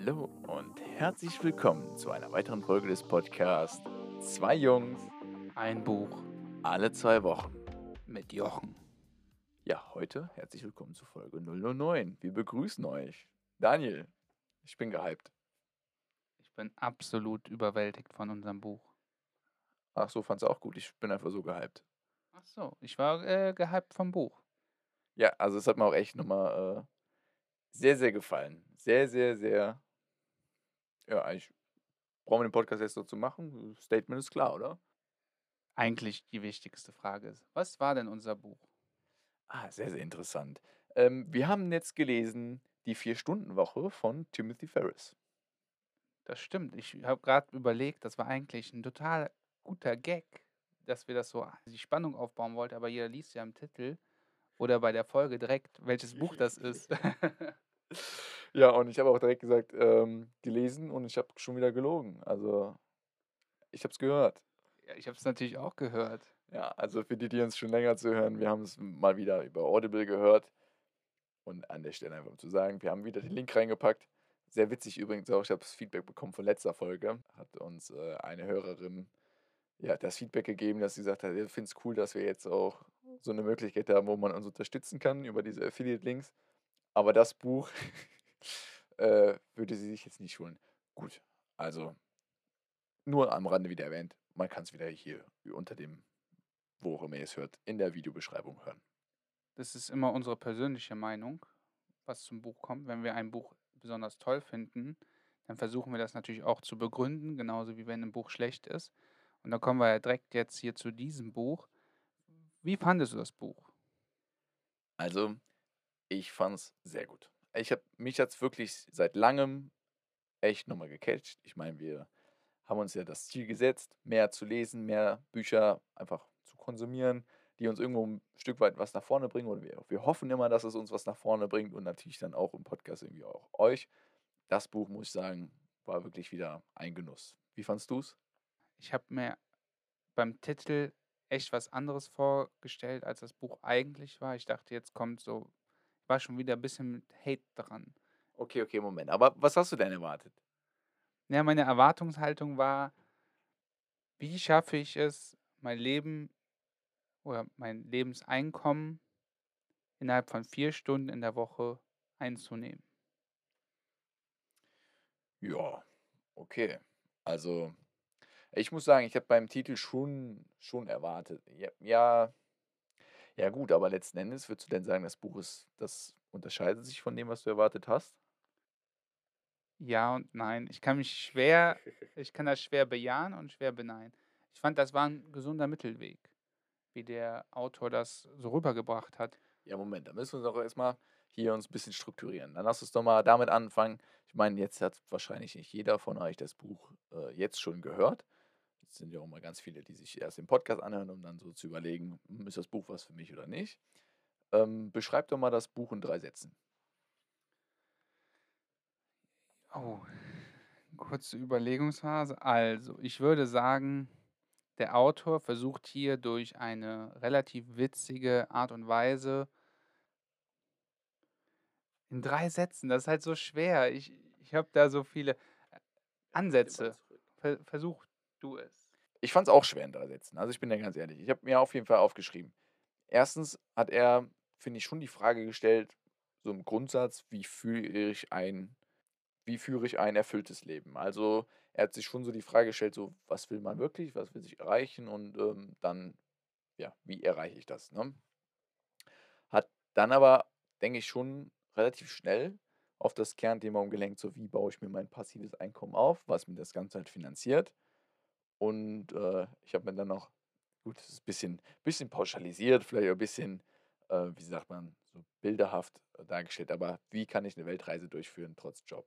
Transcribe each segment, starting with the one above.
Hallo und herzlich willkommen zu einer weiteren Folge des Podcasts Zwei Jungs, Ein Buch alle 2 Wochen. mit Jochen. Ja, heute herzlich willkommen zu Folge 009. Wir begrüßen euch. Daniel, ich bin gehypt. Ich bin absolut überwältigt von unserem Buch. Ach so, fand's auch gut. Ich bin einfach so gehypt. Ach so, ich war gehypt vom Buch. Ja, also es hat mir auch echt nochmal sehr, sehr gefallen. Sehr, sehr, sehr. Ja, eigentlich brauchen wir den Podcast jetzt so zu machen. Statement ist klar, oder? Eigentlich die wichtigste Frage ist, was war denn unser Buch? Sehr, sehr interessant. Wir haben jetzt gelesen Die Vier-Stunden-Woche von Timothy Ferriss. Das stimmt. Ich habe gerade überlegt, das war eigentlich ein total guter Gag, dass wir das so die Spannung aufbauen wollten, aber jeder liest ja im Titel oder bei der Folge direkt, welches Buch das ist. Ja, und ich habe auch direkt gesagt, gelesen und ich habe schon wieder gelogen. Also, ich habe es gehört. Ja, ich habe es natürlich auch gehört. Ja, also für die, die uns schon länger zuhören, wir haben es mal wieder über Audible gehört. Und an der Stelle einfach um zu sagen, wir haben wieder den Link reingepackt. Sehr witzig übrigens auch, ich habe das Feedback bekommen von letzter Folge. Hat uns eine Hörerin ja, das Feedback gegeben, dass sie gesagt hat, ich finde es cool, dass wir jetzt auch so eine Möglichkeit haben, wo man uns unterstützen kann über diese Affiliate-Links. Aber das Buch würde sie sich jetzt nicht holen. Gut, also nur am Rande wieder erwähnt. Man kann es wieder hier unter dem, wo auch immer ihr es hört, in der Videobeschreibung hören. Das ist immer unsere persönliche Meinung, was zum Buch kommt. Wenn wir ein Buch besonders toll finden, dann versuchen wir das natürlich auch zu begründen, genauso wie wenn ein Buch schlecht ist. Und dann kommen wir ja direkt jetzt hier zu diesem Buch. Wie fandest du das Buch? Also, ich fand es sehr gut. Mich hat's wirklich seit langem echt nochmal gecatcht. Ich meine, wir haben uns ja das Ziel gesetzt, mehr zu lesen, mehr Bücher einfach zu konsumieren, die uns irgendwo ein Stück weit was nach vorne bringen. Und wir hoffen immer, dass es uns was nach vorne bringt und natürlich dann auch im Podcast irgendwie auch euch. Das Buch, muss ich sagen, war wirklich wieder ein Genuss. Wie fandst du's? Ich habe mir beim Titel echt was anderes vorgestellt, als das Buch eigentlich war. Ich dachte, jetzt kommt so, ich war schon wieder ein bisschen mit Hate dran. Okay, okay, Moment. Aber was hast du denn erwartet? Ja, meine Erwartungshaltung war, wie schaffe ich es, mein Leben oder mein Lebenseinkommen innerhalb von 4 Stunden in der Woche einzunehmen. Ja, okay. Also, ich muss sagen, ich habe beim Titel schon erwartet. Ja, ja, ja gut, aber letzten Endes würdest du denn sagen, das unterscheidet sich von dem, was du erwartet hast? Ja und nein. Ich kann das schwer bejahen und schwer beneinen. Ich fand, das war ein gesunder Mittelweg, wie der Autor das so rübergebracht hat. Ja, Moment, da müssen wir doch erst mal hier uns ein bisschen strukturieren. Dann lass uns doch mal damit anfangen. Ich meine, jetzt hat wahrscheinlich nicht jeder von euch das Buch, jetzt schon gehört. Es sind ja auch mal ganz viele, die sich erst den Podcast anhören, um dann so zu überlegen: Ist das Buch was für mich oder nicht?“ Beschreib doch mal das Buch in 3 Sätzen. Oh, kurze Überlegungsphase. Also, ich würde sagen, der Autor versucht hier durch eine relativ witzige Art und Weise in 3 Sätzen, das ist halt so schwer. Ich habe da so viele Ja, nimm den Ball Ansätze. zurück. Versuch du es. Ich fand es auch schwer in 3 Sätzen. Also, ich bin da ganz ehrlich. Ich habe mir auf jeden Fall aufgeschrieben. Erstens hat er, finde ich, schon die Frage gestellt, so im Grundsatz: Wie führe ich ein erfülltes Leben? Also, er hat sich schon so die Frage gestellt, so: „Was will man wirklich? Was will ich erreichen?“ Und, dann, ja, wie erreiche ich das, ne? Hat dann aber, denke ich, schon relativ schnell auf das Kernthema umgelenkt, so: „Wie baue ich mir mein passives Einkommen auf, was mir das Ganze halt finanziert?“ Und, ich habe mir dann noch gut, das ist ein bisschen pauschalisiert, vielleicht auch ein bisschen, wie sagt man, so bilderhaft dargestellt, aber wie kann ich eine Weltreise durchführen trotz Job?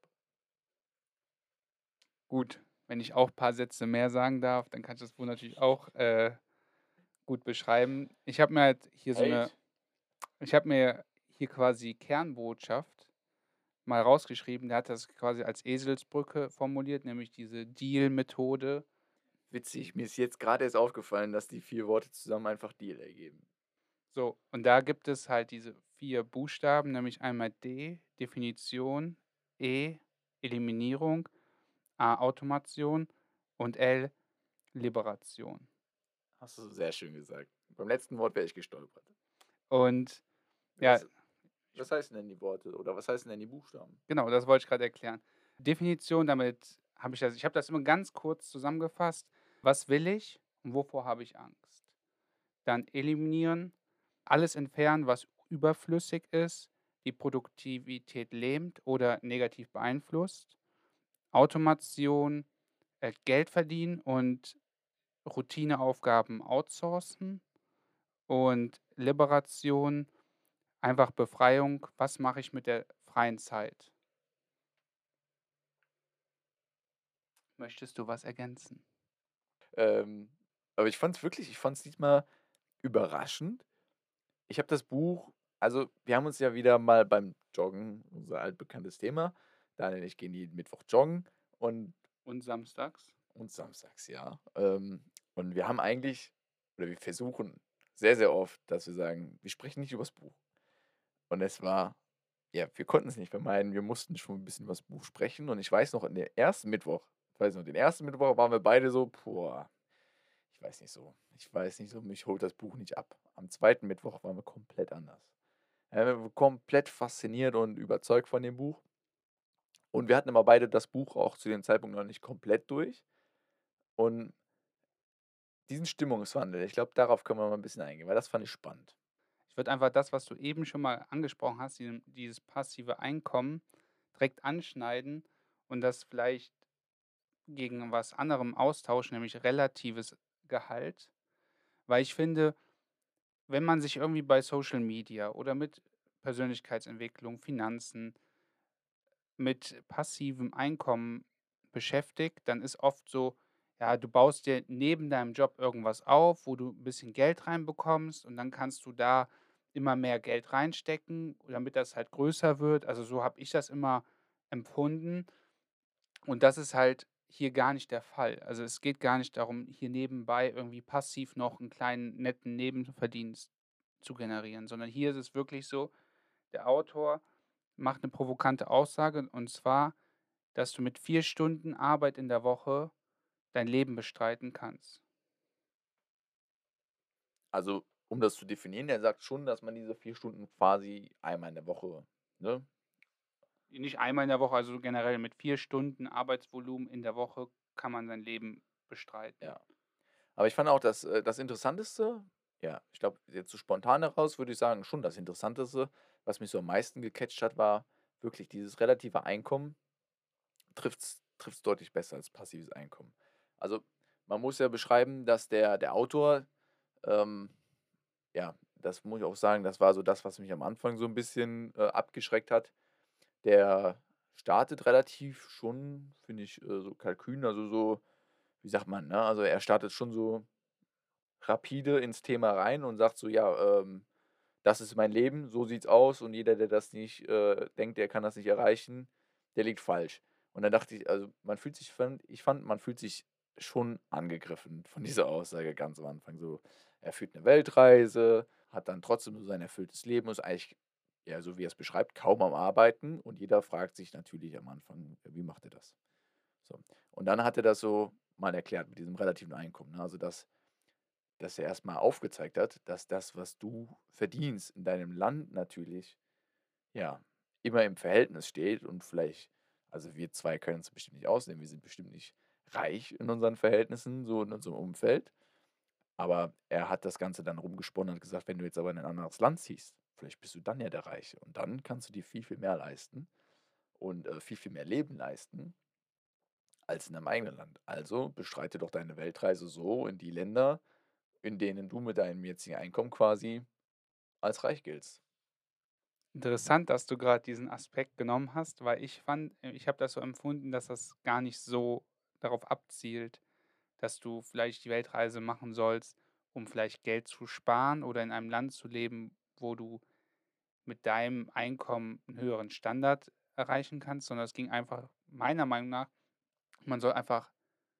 Gut, wenn ich auch ein paar Sätze mehr sagen darf, dann kann ich das Buch natürlich auch, gut beschreiben. Hate. Ich habe mir hier quasi Kernbotschaft mal rausgeschrieben. Der hat das quasi als Eselsbrücke formuliert, nämlich diese Deal-Methode. Witzig, mir ist jetzt gerade erst aufgefallen, dass die 4 Worte zusammen einfach Deal ergeben. So, und da gibt es halt diese 4 Buchstaben, nämlich einmal D, Definition, E Eliminierung, A. Automation und L. Liberation. Hast du sehr schön gesagt. Beim letzten Wort wäre ich gestolpert. Und ja, Was was heißen denn die Worte oder was heißen denn die Buchstaben? genau, das wollte ich gerade erklären. Definition, damit ich habe das immer ganz kurz zusammengefasst. Was will ich und wovor habe ich Angst? Dann eliminieren, alles entfernen, was überflüssig ist, die Produktivität lähmt oder negativ beeinflusst. Automation, Geld verdienen und Routineaufgaben outsourcen. Und Liberation, einfach Befreiung. Was mache ich mit der freien Zeit? Möchtest du was ergänzen? Ähm, aber ich fand es diesmal überraschend. Ich habe das Buch also, wir haben uns ja wieder mal beim Joggen, unser altbekanntes Thema, Daniel und ich gehen jeden Mittwoch joggen und Und samstags? samstags, ja. Und wir haben eigentlich oder wir versuchen sehr, sehr oft, dass wir sagen: „Wir sprechen nicht übers Buch.“ Und es war ja, wir konnten es nicht vermeiden. Wir mussten schon ein bisschen übers Buch sprechen und ich weiß noch, in der ersten Mittwoch ich weiß noch, den ersten Mittwoch waren wir beide so: „Boah, ich weiß nicht so, mich holt das Buch nicht ab.“ Am zweiten Mittwoch waren wir komplett anders. Wir waren komplett fasziniert und überzeugt von dem Buch. Und wir hatten aber beide das Buch auch zu dem Zeitpunkt noch nicht komplett durch. Und diesen Stimmungswandel, ich glaube, darauf können wir mal ein bisschen eingehen, weil das fand ich spannend. Ich würde einfach das, was du eben schon mal angesprochen hast, dieses passive Einkommen direkt anschneiden und das vielleicht gegen was anderem austauschen, nämlich relatives Gehalt. Weil ich finde, wenn man sich irgendwie bei Social Media oder mit Persönlichkeitsentwicklung, Finanzen, mit passivem Einkommen beschäftigt, dann ist oft so, ja, du baust dir neben deinem Job irgendwas auf, wo du ein bisschen Geld reinbekommst und dann kannst du da immer mehr Geld reinstecken, damit das halt größer wird. Also, so habe ich das immer empfunden und das ist halt hier gar nicht der Fall. Also, es geht gar nicht darum, hier nebenbei irgendwie passiv noch einen kleinen netten Nebenverdienst zu generieren, sondern hier ist es wirklich so, der Autor macht eine provokante Aussage und zwar, dass du mit 4 Stunden Arbeit in der Woche dein Leben bestreiten kannst. Also, um das zu definieren, er sagt schon, dass man diese 4 Stunden quasi einmal in der Woche, ne? Nicht einmal in der Woche, also generell mit 4 Stunden Arbeitsvolumen in der Woche kann man sein Leben bestreiten. Ja. Aber ich fand auch das Interessanteste ja, ich glaube, jetzt so spontan heraus würde ich sagen, schon das Interessanteste, was mich so am meisten gecatcht hat, war wirklich dieses relative Einkommen trifft's deutlich besser als passives Einkommen. Also, man muss ja beschreiben, dass der Autor, ähm ja, das muss ich auch sagen, das war so das, was mich am Anfang so ein bisschen, abgeschreckt hat. Der startet relativ schon, finde ich, so Kalkül also so wie sagt man, ne? Also, er startet schon so rapide ins Thema rein und sagt so: „Ja, das ist mein Leben, so sieht's aus und jeder, der das nicht, denkt, der kann das nicht erreichen, der liegt falsch.“ Und dann dachte ich also, ich fand, man fühlt sich schon angegriffen von dieser Aussage ganz am Anfang so. Er führt eine Weltreise, hat dann trotzdem so sein erfülltes Leben, ist eigentlich, ja, so wie er es beschreibt, kaum am Arbeiten und jeder fragt sich natürlich am Anfang: „Wie macht er das?“ So. Und dann hat er das so mal erklärt mit diesem relativen Einkommen, ne? Also, dass er erst mal aufgezeigt hat, dass das, was du verdienst in deinem Land natürlich, ja, immer im Verhältnis steht und vielleicht also, wir 2 können uns bestimmt nicht ausnehmen. Wir sind bestimmt nicht reich in unseren Verhältnissen, so in unserem Umfeld. Aber er hat das Ganze dann rumgesponnen und hat gesagt: „Wenn du jetzt aber in ein anderes Land ziehst, vielleicht bist du dann ja der Reiche und dann kannst du dir viel, viel mehr leisten und, viel, viel mehr Leben leisten als in deinem eigenen Land. Also bestreite doch deine Weltreise so in die Länder, in denen du mit deinem jetzigen Einkommen quasi als reich giltst.“ Interessant, dass du gerade diesen Aspekt genommen hast, weil ich habe das so empfunden, dass das gar nicht so darauf abzielt, dass du vielleicht die Weltreise machen sollst, um vielleicht Geld zu sparen oder in einem Land zu leben, wo du mit deinem Einkommen einen höheren Standard erreichen kannst, sondern es ging einfach meiner Meinung nach, man soll einfach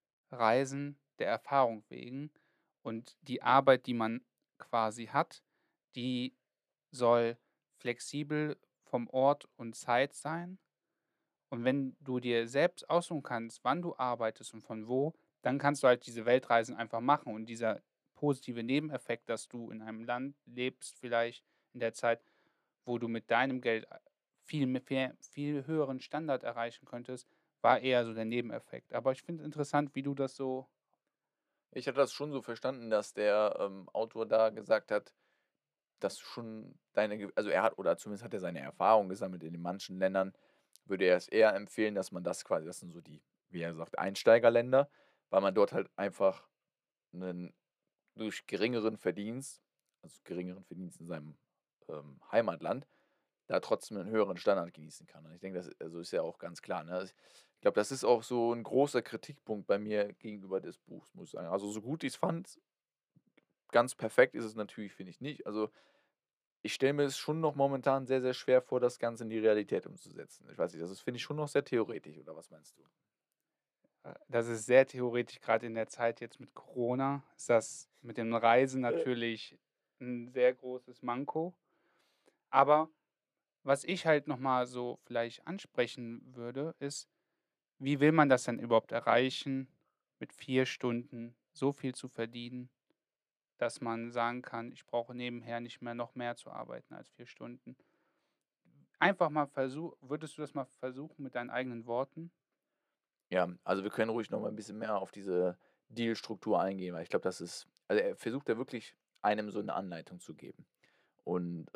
reisen der Erfahrung wegen und die Arbeit, die man quasi hat, die soll flexibel vom Ort und Zeit sein Und wenn du dir selbst aussuchen kannst, wann du arbeitest und von wo, dann kannst du halt diese Weltreisen einfach machen. Und dieser positive Nebeneffekt, dass du in einem Land lebst, vielleicht in der Zeit, wo du mit deinem Geld viel höheren Standard erreichen könntest, war eher so der Nebeneffekt. Aber ich finde es interessant, wie du das so. Ich hatte das schon so verstanden, dass der, Autor da gesagt hat, dass du schon also er hat, oder zumindest hat er seine Erfahrung gesammelt in den manchen Ländern, würde er es eher empfehlen, dass man das sind so die, wie er sagt, Einsteigerländer, weil man dort halt einfach 'nen durch geringeren Verdienst in seinem, Heimatland, da trotzdem einen höheren Standard genießen kann. Und ich denke, das also ist ja auch ganz klar, ne? Ich glaube, das ist auch so ein großer Kritikpunkt bei mir gegenüber des Buchs, muss ich sagen. Also, so gut ich es fand, ganz perfekt ist es natürlich, finde ich nicht. Also, ich stelle mir es schon noch momentan sehr, sehr schwer vor, das Ganze in die Realität umzusetzen. Ich weiß nicht, das ist, finde ich, schon noch sehr theoretisch, oder was meinst du? Das ist sehr theoretisch, gerade in der Zeit jetzt mit Corona ist das mit dem Reisen natürlich ein sehr großes Manko. Aber was ich halt noch mal so vielleicht ansprechen würde, ist: Wie will man das denn überhaupt erreichen, mit 4 Stunden so viel zu verdienen, dass man sagen kann: „Ich brauche nebenher nicht mehr noch mehr zu arbeiten als 4 Stunden?“ Einfach mal würdest du das mal versuchen mit deinen eigenen Worten? Ja, also wir können ruhig noch mal ein bisschen mehr auf diese Deal-Struktur eingehen, weil ich glaube, das ist, also er versucht ja wirklich, einem so eine Anleitung zu geben. Und,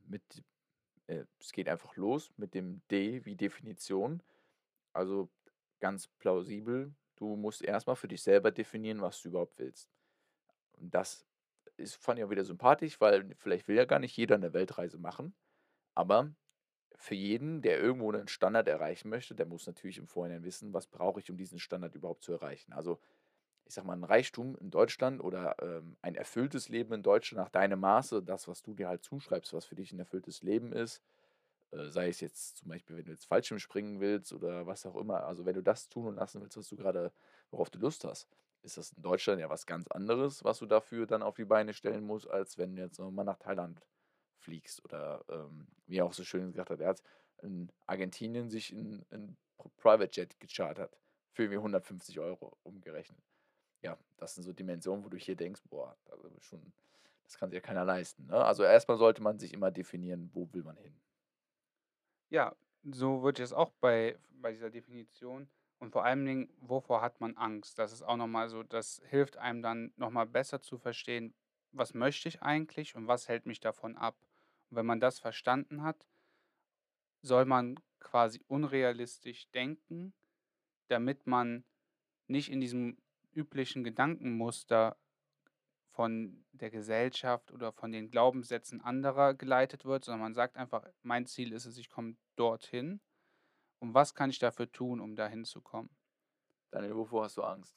es geht einfach los mit dem D wie Definition. Also, ganz plausibel, du musst erstmal für dich selber definieren, was du überhaupt willst. Und das fand ich auch wieder sympathisch, weil vielleicht will ja gar nicht jeder eine Weltreise machen, aber für jeden, der irgendwo einen Standard erreichen möchte, der muss natürlich im Vorhinein wissen, was brauche ich, um diesen Standard überhaupt zu erreichen. Also, ich sage mal, ein Reichtum in Deutschland oder, ein erfülltes Leben in Deutschland nach deinem Maße, das, was du dir halt zuschreibst, was für dich ein erfülltes Leben ist, sei es jetzt zum Beispiel, wenn du jetzt Fallschirm springen willst oder was auch immer. Also, wenn du das tun und lassen willst, worauf du Lust hast, ist das in Deutschland ja was ganz anderes, was du dafür dann auf die Beine stellen musst, als wenn du jetzt noch mal nach Thailand fliegst oder, wie er auch so schön gesagt hat, er hat in Argentinien sich 'n Private Jet gechartert für irgendwie 150 € umgerechnet. Ja, das sind so Dimensionen, wo du hier denkst: „Boah, also schon, das kann sich ja keiner leisten", ne? Also, erstmal sollte man sich immer definieren, wo will man hin. Ja, so würde ich es auch bei dieser Definition und vor allen Dingen, wovor hat man Angst? Das ist auch noch mal so, das hilft einem dann noch mal besser zu verstehen: „Was möchte ich eigentlich und was hält mich davon ab?“ Und wenn man das verstanden hat, soll man quasi unrealistisch denken, damit man nicht in diesem üblichen Gedankenmuster von der Gesellschaft oder von den Glaubenssätzen anderer geleitet wird, sondern man sagt einfach: „Mein Ziel ist es, ich komme dorthin und was kann ich dafür tun, um dahin zu kommen?“ Daniel, wovor hast du Angst?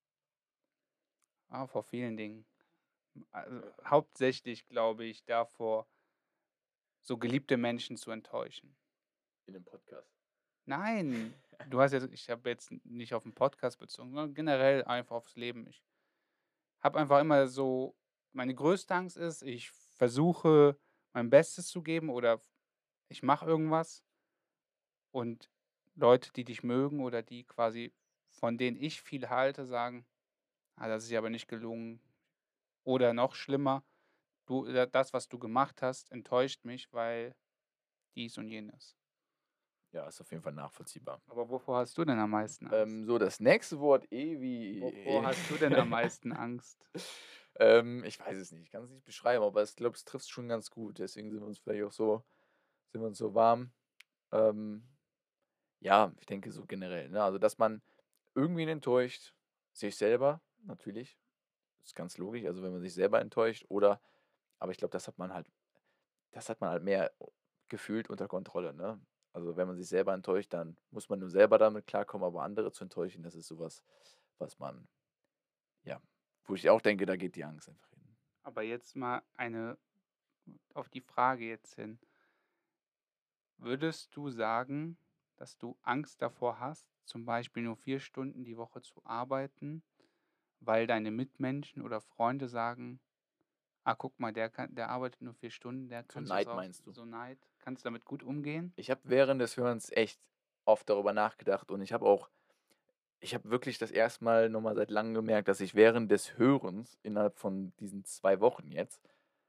Vor vielen Dingen. Also, hauptsächlich glaube ich davor, so geliebte Menschen zu enttäuschen. In dem Podcast. Nein, ich habe jetzt nicht auf 'n Podcast bezogen, sondern generell einfach aufs Leben. Ich habe einfach immer so, meine größte Angst ist, ich versuche, mein Bestes zu geben oder ich mache irgendwas und Leute, die dich mögen oder die quasi von denen ich viel halte, sagen: „Ah, das ist dir aber nicht gelungen.“ Oder noch schlimmer: „Das, was du gemacht hast, enttäuscht mich, weil dies und jenes.“ Ja, ist auf jeden Fall nachvollziehbar. Aber wovor hast du denn am meisten Angst? So, das nächste Wort E wie Wovor hast du denn am meisten Angst? Ich weiß es nicht, ich kann es nicht beschreiben, aber ich glaube, es trifft's schon ganz gut. Deswegen sind wir uns so warm. Ähm, ja, ich denke so generell, ne? Also, dass man irgendwen enttäuscht, sich selber natürlich, ist ganz logisch, also, wenn man sich selber enttäuscht, oder aber ich glaube, das hat man halt mehr gefühlt unter Kontrolle, ne? Also, wenn man sich selber enttäuscht, dann muss man nur selber damit klarkommen, aber andere zu enttäuschen, das ist sowas, was man, ja, wo ich auch denke, da geht die Angst einfach hin. Aber jetzt mal eine auf die Frage jetzt hin. Würdest du sagen, dass du Angst davor hast, zum Beispiel nur 4 Stunden die Woche zu arbeiten, weil deine Mitmenschen oder Freunde sagen: „Ah, guck mal, der arbeitet nur 4 Stunden, der So kann es Neid auch meinst du? so Neid.“ Kannst du damit gut umgehen? Ich habe während des Hörens echt oft darüber nachgedacht und ich habe wirklich das erste Mal noch mal seit Langem gemerkt, dass ich während des Hörens innerhalb von diesen 2 Wochen jetzt,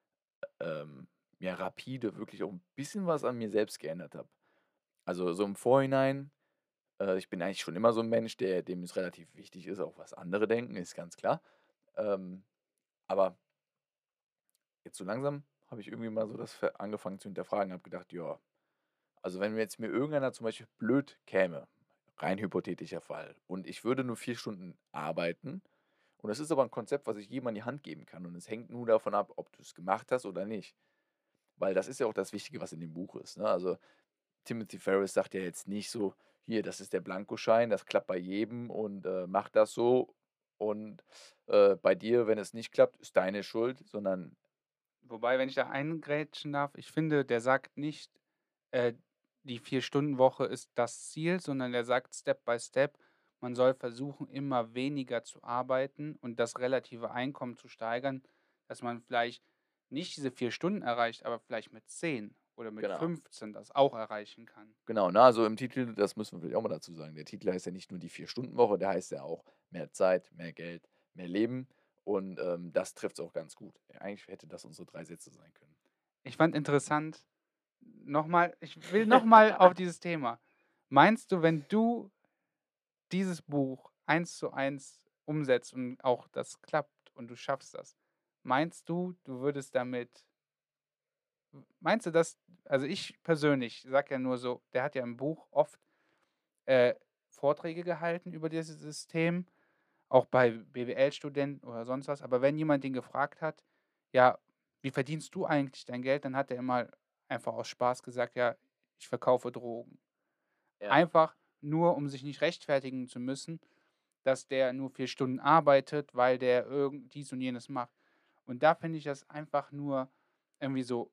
ja, rapide wirklich auch ein bisschen was an mir selbst geändert habe. Also, so im Vorhinein, ich bin eigentlich schon immer so ein Mensch, dem es relativ wichtig ist, auch was andere denken, ist ganz klar. Ähm, aber jetzt so langsam habe ich irgendwie mal so das ver angefangen zu hinterfragen, habe gedacht: „Ja, also, wenn mir irgendeiner zum Beispiel blöd käme, rein hypothetischer Fall, und ich würde nur 4 Stunden arbeiten und das ist aber ein Konzept, was ich jedem an die Hand geben kann und es hängt nur davon ab, ob du es gemacht hast oder nicht.“ Weil das ist ja auch das Wichtige, was in dem Buch ist, ne? Also, Timothy Ferriss sagt ja jetzt nicht so: „Hier, das ist der Blankoschein, das klappt bei jedem und, mach das so und, bei dir, wenn es nicht klappt, ist deine Schuld“, sondern Wobei, wenn ich da eingrätschen darf, ich finde, der sagt nicht, äh, die 4-Stunden-Woche ist das Ziel, sondern der sagt Step by Step, man soll versuchen, immer weniger zu arbeiten und das relative Einkommen zu steigern, dass man vielleicht nicht diese 4 Stunden erreicht, aber vielleicht mit 10 oder mit genau. 15 das auch erreichen kann. Genau, ne, also im Titel, das müssen wir vielleicht auch mal dazu sagen, der Titel heißt ja nicht nur die 4-Stunden-Woche, der heißt ja auch „Mehr Zeit, mehr Geld, mehr Leben“ und, das trifft's auch ganz gut. Ja, eigentlich hätte das unsere 3 Sätze sein können. Ich fand interessant, ich will noch mal auf dieses Thema. Meinst du, wenn du dieses Buch eins zu eins umsetzt und auch das klappt und du schaffst das, meinst du, du würdest damit meinst du das, also, ich persönlich sage ja nur so, der hat ja im Buch oft, äh, Vorträge gehalten über dieses System, auch bei BWL-Studenten oder sonst was. Aber wenn jemand den gefragt hat: „Ja, wie verdienst du eigentlich dein Geld?“, dann hat er immer einfach aus Spaß gesagt: „Ja, ich verkaufe Drogen.“ Ja. Einfach nur, um sich nicht rechtfertigen zu müssen, dass der nur 4 Stunden arbeitet, weil der irgend dies und jenes macht. Und da finde ich das einfach nur irgendwie so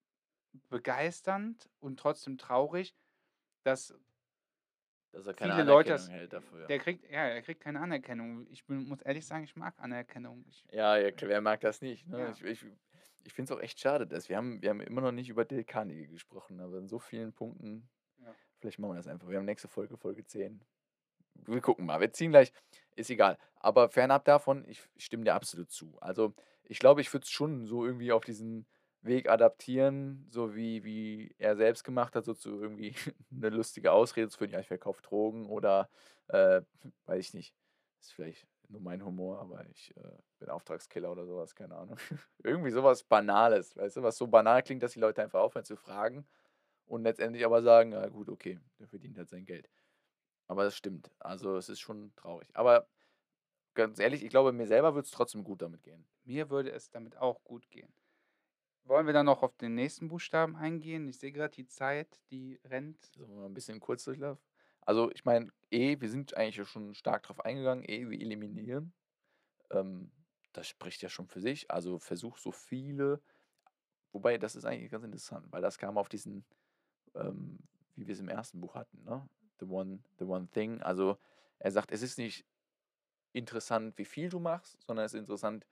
begeisternd und trotzdem traurig, dass Dass er keine viele Leute Anerkennung das hält dafür. er kriegt keine Anerkennung. Muss ehrlich sagen, ich mag Anerkennung. Ja, ja, klar, wer mag das nicht, ne? Ja, Ich finde es auch echt schade, dass wir haben immer noch nicht über Dale Carnegie gesprochen, aber in so vielen Punkten ja. vielleicht machen wir das einfach. Wir haben nächste Folge, Folge 10. Wir gucken mal. Wir ziehen gleich, ist egal. Aber fernab davon, ich stimme dir absolut zu. Also, ich glaube, ich würde es schon so irgendwie auf diesen Weg adaptieren, so wie er selbst gemacht hat, so zu irgendwie eine lustige Ausrede zu finden: „Ja, ich verkaufe Drogen“ oder, weiß ich nicht, ist vielleicht nur mein Humor, aber ich, bin Auftragskiller oder sowas, keine Ahnung. Irgendwie sowas Banales, weißt du, was so banal klingt, dass die Leute einfach aufhören zu fragen und letztendlich aber sagen: „Ja gut, okay, der verdient halt sein Geld.“ Aber das stimmt. Also, es ist schon traurig. Aber ganz ehrlich, ich glaube, mir selber würde es trotzdem gut damit gehen. Mir würde es damit auch gut gehen. Wollen wir dann noch auf den nächsten Buchstaben eingehen? Ich sehe gerade die Zeit, die rennt. Sollen wir mal 'n bisschen Kurzdurchlauf? Also, ich meine, wir sind eigentlich ja schon stark drauf eingegangen, wir eliminieren. Ähm, Das spricht ja schon für sich. Also, versuch so viele, wobei das ist eigentlich ganz interessant, weil das kam auf diesen, ähm, wie wir es im ersten Buch hatten, ne? The One Thing. Also, er sagt, es ist nicht interessant, wie viel du machst, sondern es ist interessant,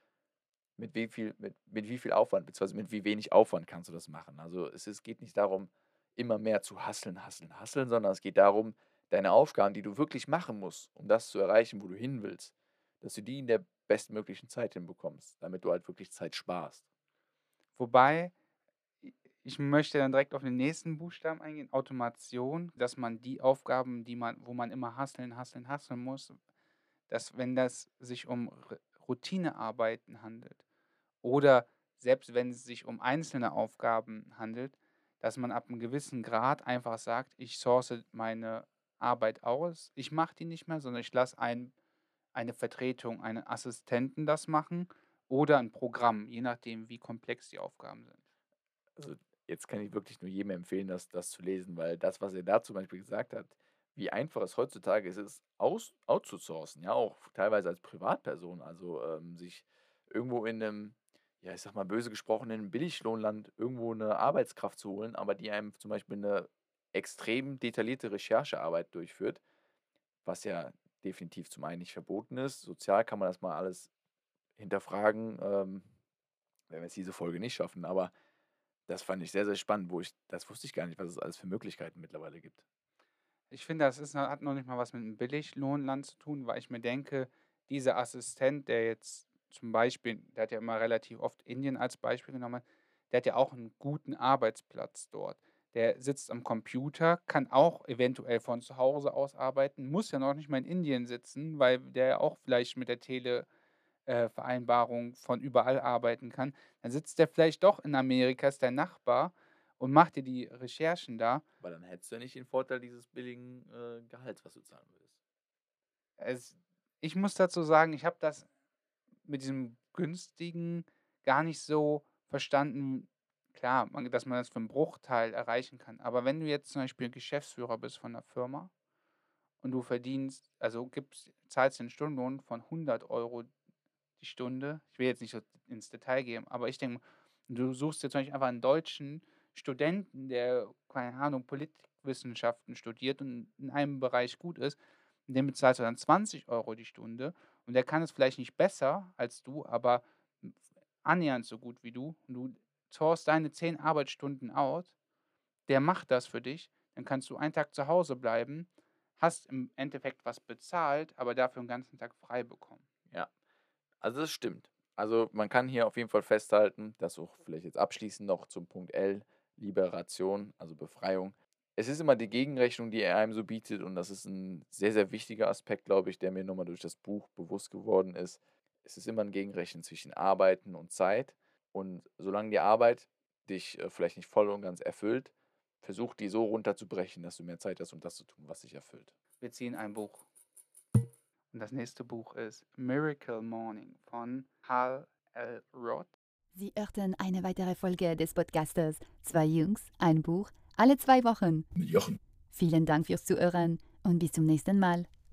mit wie viel Aufwand, beziehungsweise mit wie wenig Aufwand kannst du das machen? Also, geht nicht darum, immer mehr zu hasseln, hasseln, hasseln, sondern es geht darum, deine Aufgaben, die du wirklich machen musst, um das zu erreichen, wo du hin willst, dass du die in der bestmöglichen Zeit hinbekommst, damit du halt wirklich Zeit sparst. Wobei, i ich möchte dann direkt auf den nächsten Buchstaben eingehen, Automation, dass man die Aufgaben, wo man immer hasseln, hasseln, hasseln muss, dass wenn das sich um Routinearbeiten handelt oder selbst wenn es sich um einzelne Aufgaben handelt, dass man ab einem gewissen Grad einfach sagt: „Ich source meine Arbeit aus. Ich mache die nicht mehr, sondern ich lasse eine Vertretung, einen Assistenten das machen oder ein Programm“, je nachdem, wie komplex die Aufgaben sind. Also, jetzt kann ich wirklich nur jedem empfehlen, das zu lesen, weil das, was er da zum Beispiel gesagt hat, wie einfach es heutzutage ist, outzusourcen, ja, auch teilweise als Privatperson. Also, sich irgendwo in einem, ja, ich sage mal böse gesprochen, in 'nem Billiglohnland irgendwo eine Arbeitskraft zu holen, aber die einem zum Beispiel eine extrem detaillierte Recherchearbeit durchführt, was ja definitiv zum einen nicht verboten ist. Sozial kann man das mal alles hinterfragen, werden wir jetzt diese Folge nicht schaffen, aber das fand ich sehr, sehr spannend, das wusste ich gar nicht, was es alles für Möglichkeiten mittlerweile gibt. Ich finde, hat noch nicht mal was mit 'nem Billiglohnland zu tun, weil ich mir denke, dieser Assistent, der jetzt zum Beispiel der hat ja immer relativ oft Indien als Beispiel genommen, der hat ja auch einen guten Arbeitsplatz dort. Der sitzt am Computer, kann auch eventuell von zu Hause aus arbeiten, muss ja noch nicht mal in Indien sitzen, weil der ja auch vielleicht mit der Vereinbarung von überall arbeiten kann. Dann sitzt der vielleicht doch in Amerika, ist dein Nachbar und macht dir die Recherchen da. Weil dann hättest du ja nicht den Vorteil dieses billigen, Gehalts, was du zahlen würdest. Es Ich muss dazu sagen, ich habe das mit diesem günstigen gar nicht so verstanden. Klar, dass man das für 'n Bruchteil erreichen kann. Aber wenn du jetzt zum Beispiel Geschäftsführer bist von 'ner Firma und du verdienst zahlst den Stundenlohn von 100 € die Stunde. Ich will jetzt nicht so ins Detail gehen, aber ich denke, du suchst dir zum Beispiel einfach einen deutschen Studenten, der, keine Ahnung, Politikwissenschaften studiert und in einem Bereich gut ist, und dem bezahlst du dann 20 € die Stunde und der kann es vielleicht nicht besser als du, aber annähernd so gut wie du und du sourcest deine 10 Arbeitsstunden out, der macht das für dich, dann kannst du einen Tag zu Hause bleiben, hast im Endeffekt was bezahlt, aber dafür 'n ganzen Tag frei bekommen. Ja, also das stimmt. Also, man kann hier auf jeden Fall festhalten, das auch vielleicht jetzt abschließend noch zum Punkt L, Liberation, also Befreiung. Es ist immer die Gegenrechnung, die er einem so bietet und das ist ein sehr, sehr wichtiger Aspekt, glaube ich, der mir noch mal durch das Buch bewusst geworden ist. Es ist immer ein Gegenrechnen zwischen Arbeiten und Zeit und solange die Arbeit dich, vielleicht nicht voll und ganz erfüllt, versuch die so runterzubrechen, dass du mehr Zeit hast, um das zu tun, was dich erfüllt. Wir ziehen ein Buch. Und das nächste Buch ist Miracle Morning von Hal L. Roth. Sie hörten eine weitere Folge des Podcasters Zwei Jungs, ein Buch, alle 2 Wochen. Mit Jochen. Vielen Dank fürs Zuhören und bis zum nächsten Mal.